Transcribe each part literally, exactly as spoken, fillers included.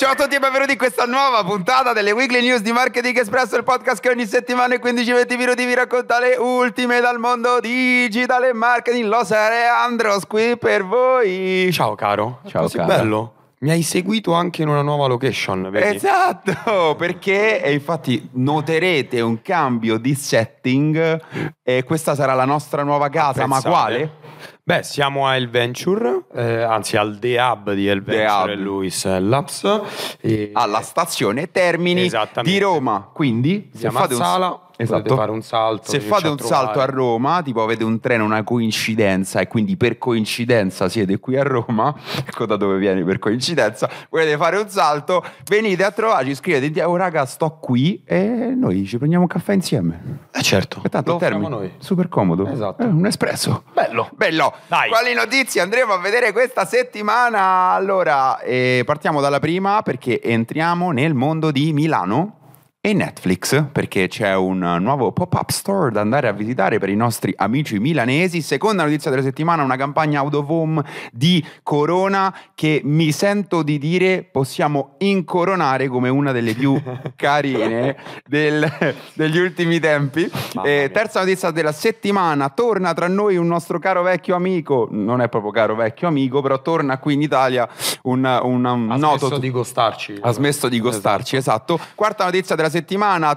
Ciao a tutti e benvenuti in questa nuova puntata delle Weekly News di Marketing Espresso, il podcast che ogni settimana in quindici venti minuti vi racconta le ultime dal mondo digitale e marketing. Lo sarei Andros qui per voi. Ciao caro. Ciao Così caro. bello. Mi hai seguito anche in una nuova location, vedi? Esatto, perché e infatti noterete un cambio di setting e questa sarà la nostra nuova casa. Ma Apprezzate. quale? Beh, siamo a El Venture, eh, anzi al The Hub di El The Venture Hub. e Lewis Labs. E Alla stazione Termini Esattamente. di Roma. Quindi se siamo fate a un Sala, Esatto. potete fare un salto. Se venirci fate un salto a Roma, tipo avete un treno, una coincidenza, e quindi per coincidenza siete qui a Roma, ecco da dove vieni per coincidenza, volete fare un salto, venite a trovarci, scrivete, oh raga sto qui e noi ci prendiamo un caffè insieme. Eh certo, E tanto lo a Termini, facciamo noi. super comodo. Esatto. Eh, un espresso. Bello. Bello. Dai. Quali notizie andremo a vedere questa settimana? Allora, eh, partiamo dalla prima perché entriamo nel mondo di Milano e Netflix, perché c'è un nuovo pop-up store da andare a visitare per i nostri amici milanesi. Seconda notizia della settimana, una campagna out of home di Corona che mi sento di dire possiamo incoronare come una delle più carine del- degli ultimi tempi. Mamma Eh, mia. terza notizia della settimana, torna tra noi un nostro caro vecchio amico, non è proprio caro vecchio amico, però torna qui in Italia un, un, un Ha noto... smesso di costarci. Ha smesso di costarci, esatto. Quarta notizia della settimana,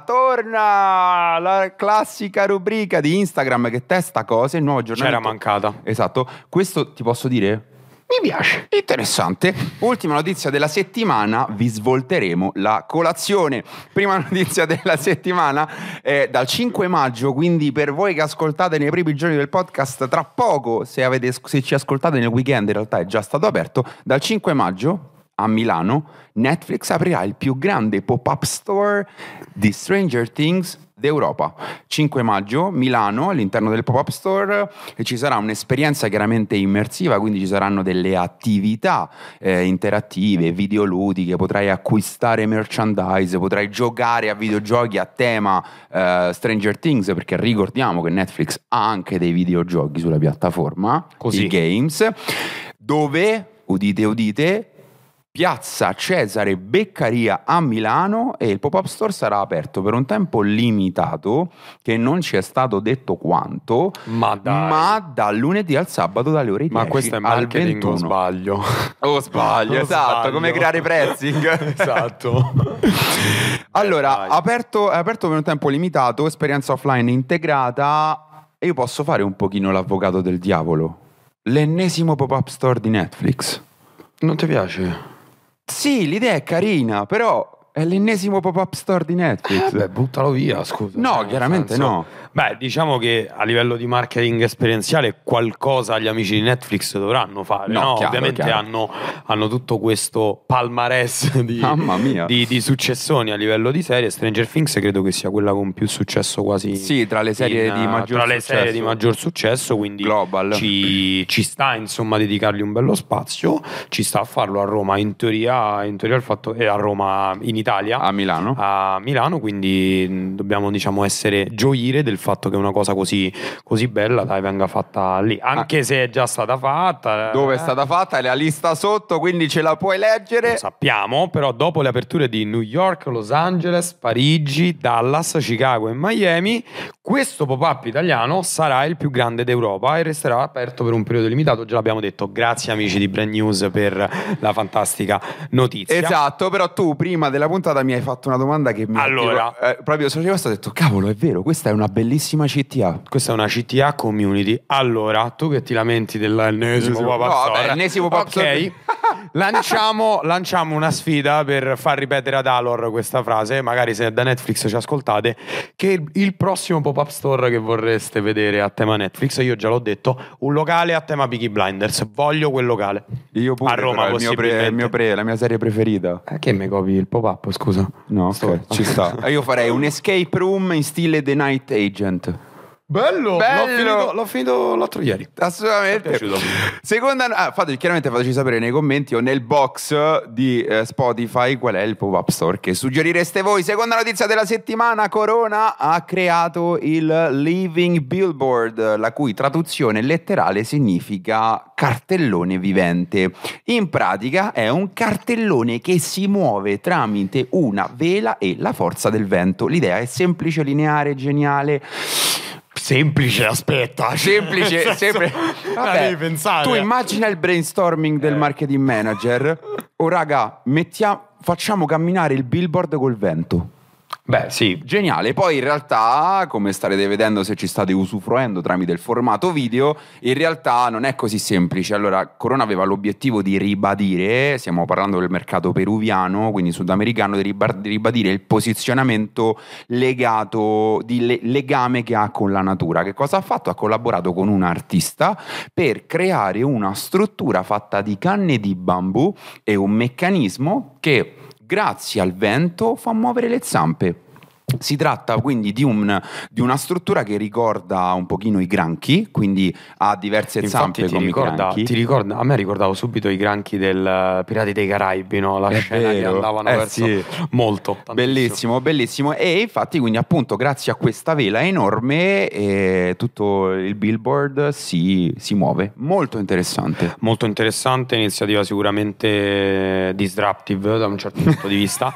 torna la classica rubrica di Instagram che testa cose, il nuovo aggiornamento. C'era mancata. Esatto, questo ti posso dire? Mi piace, interessante. Ultima notizia della settimana, vi svolteremo la colazione. Prima notizia della settimana, eh, dal cinque maggio, quindi per voi che ascoltate nei primi giorni del podcast, tra poco, se, avete, se ci ascoltate nel weekend, in realtà è già stato aperto, dal cinque maggio a Milano Netflix aprirà il più grande pop-up store di Stranger Things d'Europa. cinque maggio, Milano, all'interno del pop-up store, e ci sarà un'esperienza chiaramente immersiva, quindi ci saranno delle attività eh, interattive, videoludiche, potrai acquistare merchandise, potrai giocare a videogiochi a tema eh, Stranger Things, perché ricordiamo che Netflix ha anche dei videogiochi sulla piattaforma, Così. i games, dove, udite udite, Piazza Cesare Beccaria a Milano, e il pop-up store sarà aperto per un tempo limitato che non ci è stato detto quanto, Ma dai. ma dal lunedì al sabato dalle ore dieci Ma questo è al marketing o ventuno. sbaglio? Oh sbaglio, Oh, esatto, sbaglio. come creare pressing. Esatto. Allora, Dai. aperto, è aperto per un tempo limitato, esperienza offline integrata, e io posso fare un pochino l'avvocato del diavolo. L'ennesimo pop-up store di Netflix. Non ti piace? Sì, l'idea è carina, però è l'ennesimo pop-up store di Netflix. Eh, beh, buttalo via, scusa. No, Cioè, nel chiaramente senso- no. Beh, diciamo che a livello di marketing esperienziale qualcosa gli amici di Netflix dovranno fare, No, no? chiaro, Ovviamente chiaro. Hanno, hanno tutto questo palmarès di, Mamma mia. di, di successoni a livello di serie. Stranger Things credo che sia quella con più successo quasi Sì, tra le serie in, di maggior tra le successo. serie di maggior successo, quindi Global. Ci, ci sta insomma a dedicargli un bello spazio, ci sta a farlo a Roma, in teoria, in teoria il fatto è a Roma, in Italia, A Milano. a Milano, quindi mh, dobbiamo diciamo essere gioire del fatto che una cosa così, così bella dai venga fatta lì, anche se è già stata fatta. Dove è eh, stata fatta? È la lista sotto, quindi ce la puoi leggere. lo sappiamo, però dopo le aperture di New York, Los Angeles, Parigi, Dallas, Chicago e Miami, questo pop-up italiano sarà il più grande d'Europa e resterà aperto per un periodo limitato, già l'abbiamo detto. Grazie amici di Brand News per la fantastica notizia. Esatto, però tu prima della puntata mi hai fatto una domanda che mi ha Allora. tipo, eh, proprio solo questo ho detto cavolo, è vero, questa è una bellissima C T A. Questa è una C T A community. Allora, tu che ti lamenti dell'ennesimo No, pop-up vabbè, store, ennesimo pop-up ok, store. lanciamo, lanciamo una sfida per far ripetere ad Alor questa frase, magari se da Netflix ci ascoltate, che il, il prossimo pop-up store che vorreste vedere a tema Netflix, io già l'ho detto, un locale a tema Peaky Blinders. Voglio quel locale. Io pure, a Roma, però, è il mio, pre- possibilmente. il mio pre- la mia serie preferita. Eh, che mi copi il pop-up, scusa? No, ok, Sto- ci sta. Io farei un escape room in stile The Night Agent. Bello, Bello. L'ho, finito, l'ho finito l'altro ieri. Assolutamente. Mi è piaciuto. Seconda, ah, fate, chiaramente fateci sapere nei commenti o nel box di eh, Spotify qual è il pop-up store che suggerireste voi. Seconda notizia della settimana: Corona ha creato il Living Billboard, la cui traduzione letterale significa cartellone vivente. In pratica è un cartellone che si muove tramite una vela e la forza del vento. L'idea è semplice, lineare, geniale. Semplice, aspetta. Semplice, sempre. Vabbè, devi pensare. tu immagina il brainstorming del marketing manager. Oh raga, mettiamo, facciamo camminare il billboard col vento. Beh, sì. Geniale. Poi in realtà, come starete vedendo se ci state usufruendo tramite il formato video, in realtà non è così semplice. Allora, Corona aveva l'obiettivo di ribadire, stiamo parlando del mercato peruviano, quindi sudamericano, di ribadire il posizionamento legato, di le- legame che ha con la natura. Che cosa ha fatto? Ha collaborato con un artista per creare una struttura fatta di canne di bambù e un meccanismo che, grazie al vento, fa muovere le zampe. Si tratta quindi di, un, di una struttura che ricorda un pochino i granchi, quindi ha diverse Infatti zampe ti come ricorda, i granchi. ti ricorda, a me ricordavo subito i granchi del uh, Pirati dei Caraibi, no? La È scena vero. che andavano Eh, verso sì. molto. Tantissimo. Bellissimo, bellissimo. E infatti quindi appunto grazie a questa vela enorme eh, tutto il billboard si, si muove. Molto interessante. Molto interessante, iniziativa sicuramente disruptive da un certo punto di vista.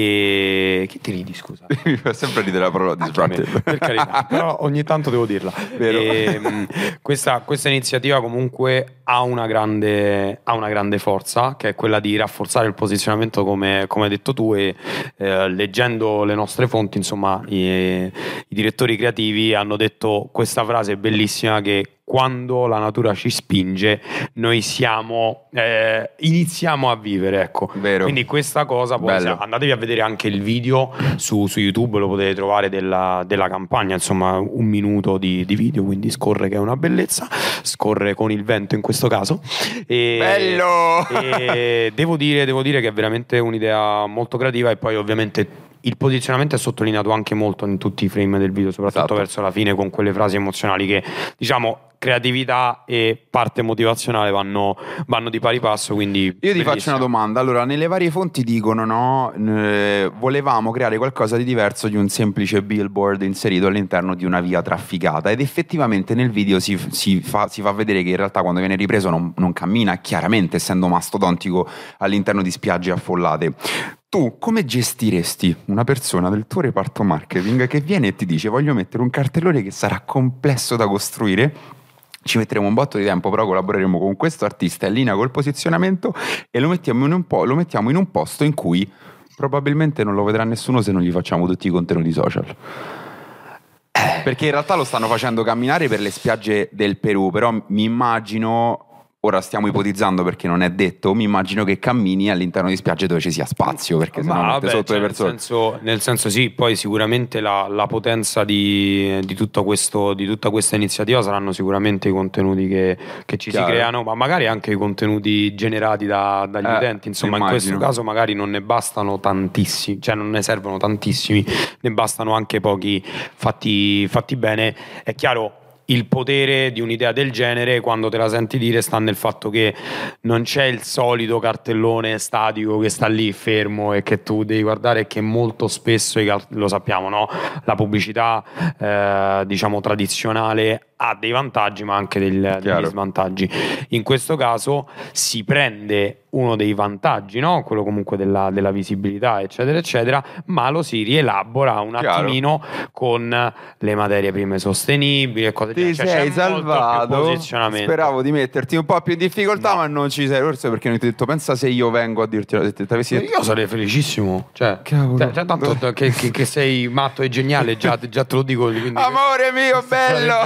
E che ti ridi, scusa? Mi fa sempre ridere la parola disruptive. Per carità, però ogni tanto devo dirla. Vero. E, mh, questa, questa iniziativa comunque ha una grande, ha una grande forza, che è quella di rafforzare il posizionamento, come, come hai detto tu, e eh, leggendo le nostre fonti, insomma, i, i direttori creativi hanno detto questa frase bellissima che quando la natura ci spinge noi siamo eh, iniziamo a vivere, ecco. Vero. Quindi questa cosa poi, Bello. se- andatevi a vedere anche il video su, su YouTube, lo potete trovare della, della campagna, insomma un minuto di, di video, quindi scorre che è una bellezza, scorre con il vento in questo caso. E, Bello! e devo dire, devo dire che è veramente un'idea molto creativa, e poi ovviamente il posizionamento è sottolineato anche molto in tutti i frame del video, soprattutto Esatto. verso la fine, con quelle frasi emozionali che, diciamo, creatività e parte motivazionale vanno, vanno di pari passo. Quindi Io ti bellissimo. faccio una domanda. Allora, nelle varie fonti dicono no, eh, volevamo creare qualcosa di diverso di un semplice billboard inserito all'interno di una via trafficata, ed effettivamente nel video si, si, fa, si fa vedere che in realtà quando viene ripreso non, non cammina, chiaramente essendo mastodontico all'interno di spiagge affollate. Tu come gestiresti una persona del tuo reparto marketing che viene e ti dice voglio mettere un cartellone che sarà complesso da costruire, ci metteremo un botto di tempo, però collaboreremo con questo artista in linea col posizionamento e lo mettiamo in un, po- lo mettiamo in un posto in cui probabilmente non lo vedrà nessuno se non gli facciamo tutti i contenuti social? Perché in realtà lo stanno facendo camminare per le spiagge del Perù, però mi immagino, ora stiamo ipotizzando perché non è detto, mi immagino che cammini all'interno di spiagge dove ci sia spazio, perché sennò Ma mette vabbè, sotto cioè, le nel, persone. senso, nel senso sì, poi sicuramente la, la potenza di, di, tutto questo, di tutta questa iniziativa saranno sicuramente i contenuti che, che ci Chiaro. si creano, ma magari anche i contenuti generati da, dagli Eh, utenti, insomma in immagino. questo caso magari non ne bastano tantissimi, cioè non ne servono tantissimi, ne bastano anche pochi fatti, fatti bene. È chiaro, il potere di un'idea del genere, quando te la senti dire, sta nel fatto che non c'è il solito cartellone statico che sta lì fermo e che tu devi guardare, e che molto spesso, i car- lo sappiamo, no? La pubblicità eh, diciamo tradizionale ha dei vantaggi ma anche del- degli Chiaro. svantaggi. In questo caso si prende uno dei vantaggi, no? Quello comunque della, della visibilità, eccetera eccetera, ma lo si rielabora un Chiaro. attimino con le materie prime sostenibili e cose del Ti genere. Cioè, sei c'è molto più salvato. posizionamento. Speravo di metterti un po' più in difficoltà, No. ma non ci sei. Forse perché non ti ho detto, pensa se io vengo a dirti, se ti avessi detto- Io sarei felicissimo, cioè, Cavolo. cioè, cioè, tanto che, che- che sei matto e geniale, già, già te lo dico. Quindi Amore mio bello, sarebbe-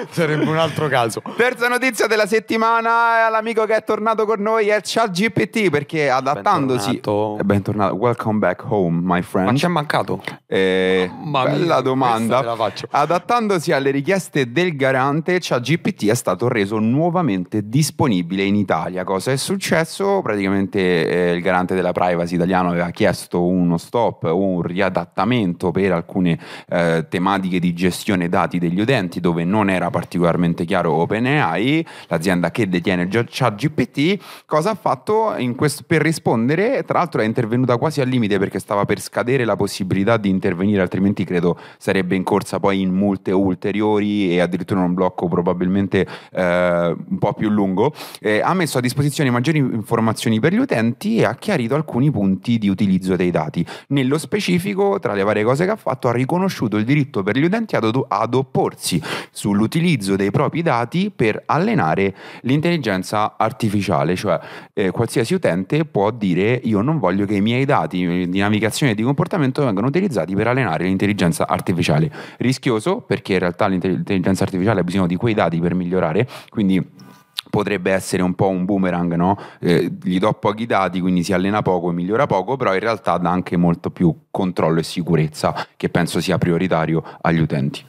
Sarebbe un altro caso. Terza notizia della settimana, l'amico che è tornato con noi è ChatGPT, perché adattandosi Bentornato. bentornato, welcome back home my friend. Ma ci è mancato? Eh, Mamma mia, bella domanda. questa te la faccio. Adattandosi alle richieste del garante, ChatGPT è stato reso nuovamente disponibile in Italia. Cosa è successo? Praticamente eh, il garante della privacy italiano aveva chiesto uno stop o un riadattamento per alcune eh, tematiche di gestione dati degli utenti dove non era particolarmente chiaro OpenAI, l'azienda che detiene ChatGPT. Cosa ha fatto in questo, per rispondere? Tra l'altro è intervenuta quasi al limite perché stava per scadere la possibilità di intervenire, altrimenti credo sarebbe in corsa poi in multe ulteriori e addirittura un blocco probabilmente eh, un po' più lungo. Eh, ha messo a disposizione maggiori informazioni per gli utenti e ha chiarito alcuni punti di utilizzo dei dati. Nello specifico, tra le varie cose che ha fatto, ha riconosciuto il diritto per gli utenti ad, ad opporsi sull'utilizzo dei propri dati per allenare l'intelligenza artificiale, cioè eh, qualsiasi utente può dire: io non voglio che i miei dati di navigazione e di comportamento vengano utilizzati per allenare l'intelligenza artificiale. Rischioso, perché in realtà l'intelligenza artificiale ha bisogno di quei dati per migliorare, quindi potrebbe essere un po' un boomerang, no? Eh, gli do pochi dati, quindi si allena poco e migliora poco, però in realtà dà anche molto più controllo e sicurezza, che penso sia prioritario agli utenti.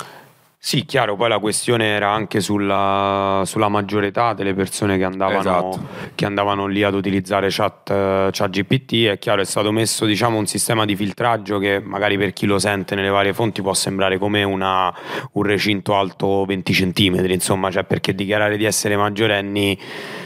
Sì, chiaro, poi la questione era anche sulla, sulla maggiore età delle persone che andavano, Esatto. che andavano lì ad utilizzare chat, ChatGPT. È chiaro, è stato messo, diciamo, un sistema di filtraggio che magari per chi lo sente nelle varie fonti può sembrare come una, un recinto alto venti centimetri, insomma, cioè perché dichiarare di essere maggiorenni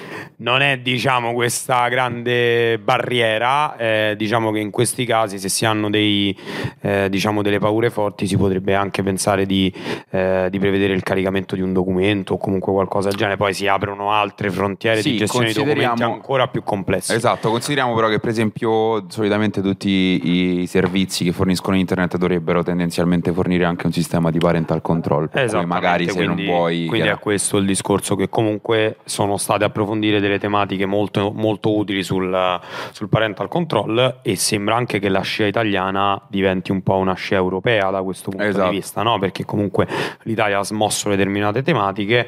non è, diciamo, questa grande barriera. Eh, diciamo che in questi casi, se si hanno dei, eh, diciamo delle paure forti, si potrebbe anche pensare di, eh, di prevedere il caricamento di un documento o comunque qualcosa del genere. Poi si aprono altre frontiere Sì, di gestione di consideriamo- documenti ancora più complesse. Esatto, consideriamo però che per esempio solitamente tutti i servizi che forniscono internet dovrebbero tendenzialmente fornire anche un sistema di parental control, per cui Esattamente, magari se quindi, non vuoi... quindi è questo il discorso, che comunque sono state approfondire delle tematiche molto, molto utili sul, sul parental control, e sembra anche che la scia italiana diventi un po' una scia europea da questo punto Esatto. di vista, no? Perché comunque l'Italia ha smosso determinate tematiche.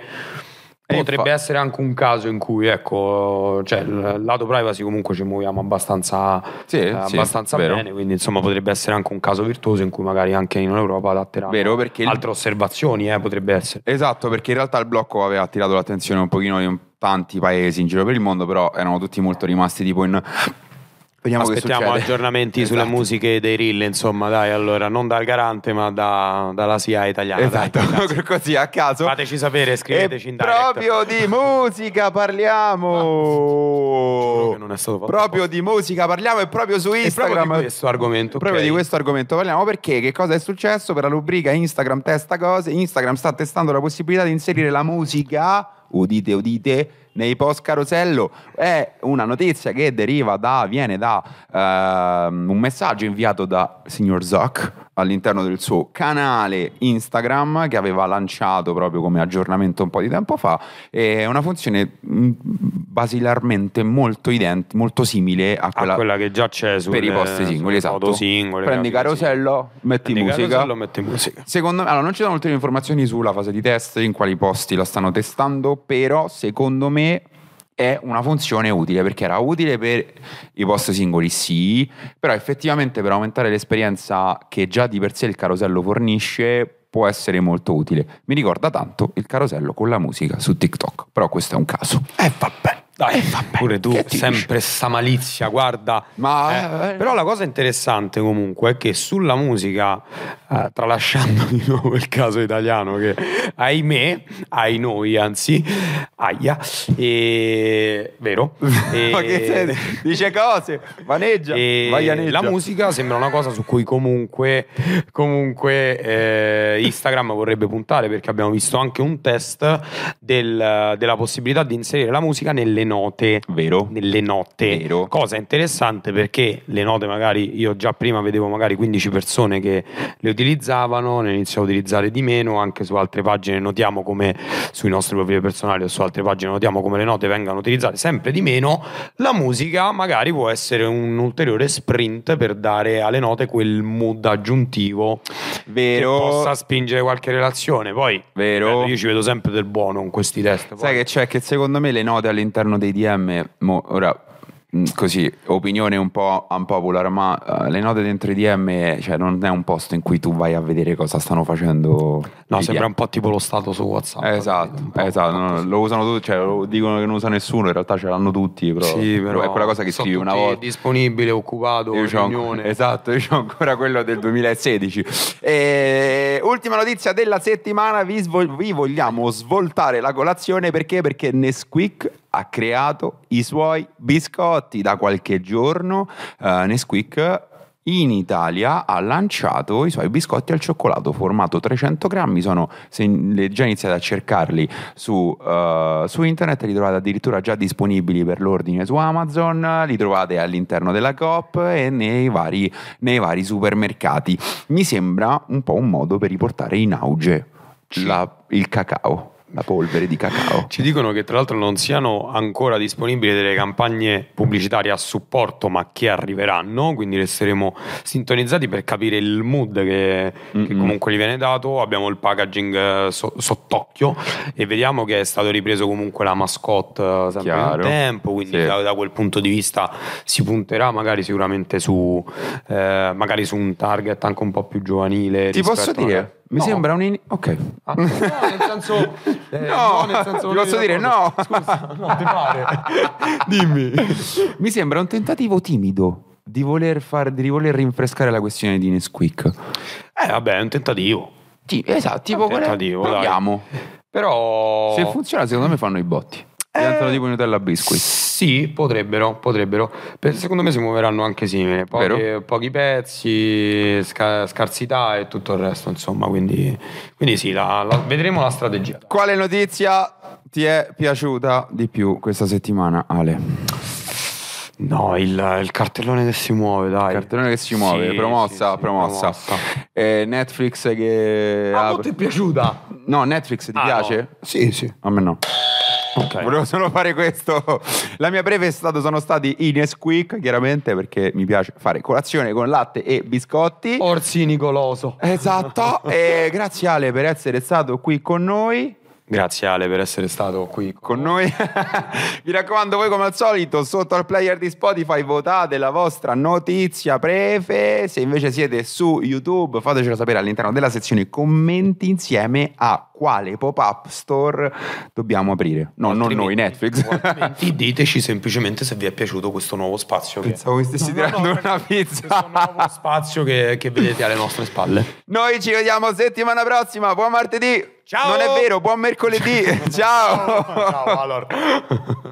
E Potrebbe infa- essere anche un caso in cui, ecco, cioè il lato privacy comunque ci muoviamo abbastanza, Sì, eh, sì, abbastanza vero. bene, quindi insomma potrebbe essere anche un caso virtuoso in cui magari anche in Europa adatteranno Vero, perché il- altre osservazioni, eh, potrebbe essere. Esatto, perché in realtà il blocco aveva attirato l'attenzione un pochino di un- tanti paesi in giro per il mondo, però erano tutti molto rimasti tipo in... Vediamo che Aspettiamo succede. aggiornamenti Esatto. sulle musiche dei reel, insomma, dai, allora, non dal garante, ma da- dalla S I A italiana. Esatto, dai, ragazzi. così a caso. Fateci sapere, scriveteci E in direct. proprio di musica parliamo. Giuro che non è stato fatto Proprio apposta. di musica parliamo e proprio su E Instagram. proprio di questo argomento, Proprio ok. di questo argomento parliamo, perché che cosa è successo per la rubrica Instagram testa cose? Instagram sta testando la possibilità di inserire la musica, udite udite, nei post carosello. È una notizia che deriva da viene da ehm, un messaggio inviato da signor Zuck all'interno del suo canale Instagram, che aveva lanciato proprio come aggiornamento un po' di tempo fa. È una funzione mh, basilarmente molto ident- molto simile a A quella, quella che già c'è sulle, per i post singoli, sulle esatto. foto singole, Prendi capito, carosello, metti Prendi musica. carosello, metti musica. Secondo me, allora non ci sono ulteriori informazioni sulla fase di test, in quali posti la stanno testando, però secondo me è una funzione utile, perché era utile per i post singoli, sì, però effettivamente per aumentare l'esperienza che già di per sé il carosello fornisce può essere molto utile. Mi ricorda tanto il carosello con la musica su TikTok, però questo è un caso. E eh, vabbè. Dai, pure tu, che ti sempre sta malizia, guarda. Ma Eh, però la cosa interessante comunque è che sulla musica, eh, tralasciando di nuovo il caso italiano che ahimè, ai noi anzi, aia, e, vero? E, Ma che sei? Dice cose, vaneggia, e vaianeggia. la musica sembra una cosa su cui comunque, comunque eh, Instagram vorrebbe puntare, perché abbiamo visto anche un test del- della possibilità di inserire la musica nelle note. Vero. Nelle note. Vero. Cosa interessante, perché le note magari io già prima vedevo magari quindici persone che le utilizzavano, ne iniziò a utilizzare di meno. Anche su altre pagine notiamo come, sui nostri profili personali o su altre pagine notiamo come le note vengano utilizzate sempre di meno. La musica magari può essere un ulteriore sprint per dare alle note quel mood aggiuntivo, vero, che possa spingere qualche relazione. Poi vero, eh, io ci vedo sempre del buono in questi test. Poi. Sai che c'è? Che secondo me le note all'interno dei D M, mo, ora così, opinione un po' unpopular, ma uh, le note dentro i D M, cioè, non è un posto in cui tu vai a vedere cosa stanno facendo. No, sembra D M. un po' tipo lo stato su WhatsApp. Esatto, esatto, no, lo usano tutti, cioè lo dicono che non usa nessuno, in realtà ce l'hanno tutti, però, sì, però è quella cosa che scrivi una volta. Disponibile, occupato, io riunione. C'ho, esatto, io ho ancora quello del duemilasedici. E, ultima notizia della settimana, vi, svol- vi vogliamo svoltare la colazione perché? Perché Nesquik ha creato i suoi biscotti. Da qualche giorno uh, Nesquik in Italia ha lanciato i suoi biscotti al cioccolato formato trecento grammi. Sono, se già iniziate a cercarli su, uh, su internet, li trovate addirittura già disponibili per l'ordine su Amazon, li trovate all'interno della Coop e nei vari, nei vari supermercati. Mi sembra un po' un modo per riportare in auge la, il cacao, la polvere di cacao. Ci dicono che tra l'altro non siano ancora disponibili delle campagne pubblicitarie a supporto, ma che arriveranno, quindi resteremo sintonizzati per capire il mood che, che comunque gli viene dato. Abbiamo il packaging so, sott'occhio e vediamo che è stato ripreso comunque la mascotte sempre Chiaro. nel tempo, quindi Sì. da, da quel punto di vista si punterà magari sicuramente su eh, magari su un target anche un po' più giovanile. Ti posso dire? Magari... Mi no. sembra un in... ok. Ah, no, nel senso eh, no, no, nel senso ti posso dire no. Scusa, no, ti pare. Dimmi. Mi sembra un tentativo timido di voler far, di voler rinfrescare la questione di Nesquik. Eh vabbè, è un tentativo. Sì, esatto, tipo Un tentativo, dai. proviamo. Però Se funziona, secondo me fanno i botti. Diventano Eh, tipo i Nutella Biscuit. Sì, potrebbero, potrebbero. Per- secondo me si muoveranno anche simili. Pochi, Vero? pochi pezzi, sca- scarsità e tutto il resto, insomma. Quindi, quindi sì, la- la- vedremo la strategia. Quale notizia ti è piaciuta di più questa settimana, Ale? No, il, il cartellone che si muove, dai. Il cartellone che si muove, Sì, promossa, sì, sì, promossa. Eh, Netflix che... Ah, apre- ti è piaciuta? No, Netflix ti Ah, piace? no. Sì, sì. A me no. Ok. Volevo solo fare questo. La mia breve è stato, sono stati i Nesquik, chiaramente, perché mi piace fare colazione con latte e biscotti. Orsini goloso. Esatto. E grazie Ale per essere stato qui con noi. Grazie Ale per essere stato qui Con noi. Mi raccomando, voi come al solito sotto al player di Spotify votate la vostra notizia prefe. Se invece siete su YouTube, fatecelo sapere all'interno della sezione commenti insieme a quale pop-up store dobbiamo aprire. No, non noi, Netflix. O altrimenti diteci semplicemente se vi è piaciuto questo nuovo spazio. Che... Pensavo che stessi No, no, tirando no, una questo pizza. nuovo spazio che, che vedete alle nostre spalle. Noi ci vediamo settimana prossima. Buon martedì. Ciao. Non è vero, buon mercoledì. Ciao. Ciao, allora.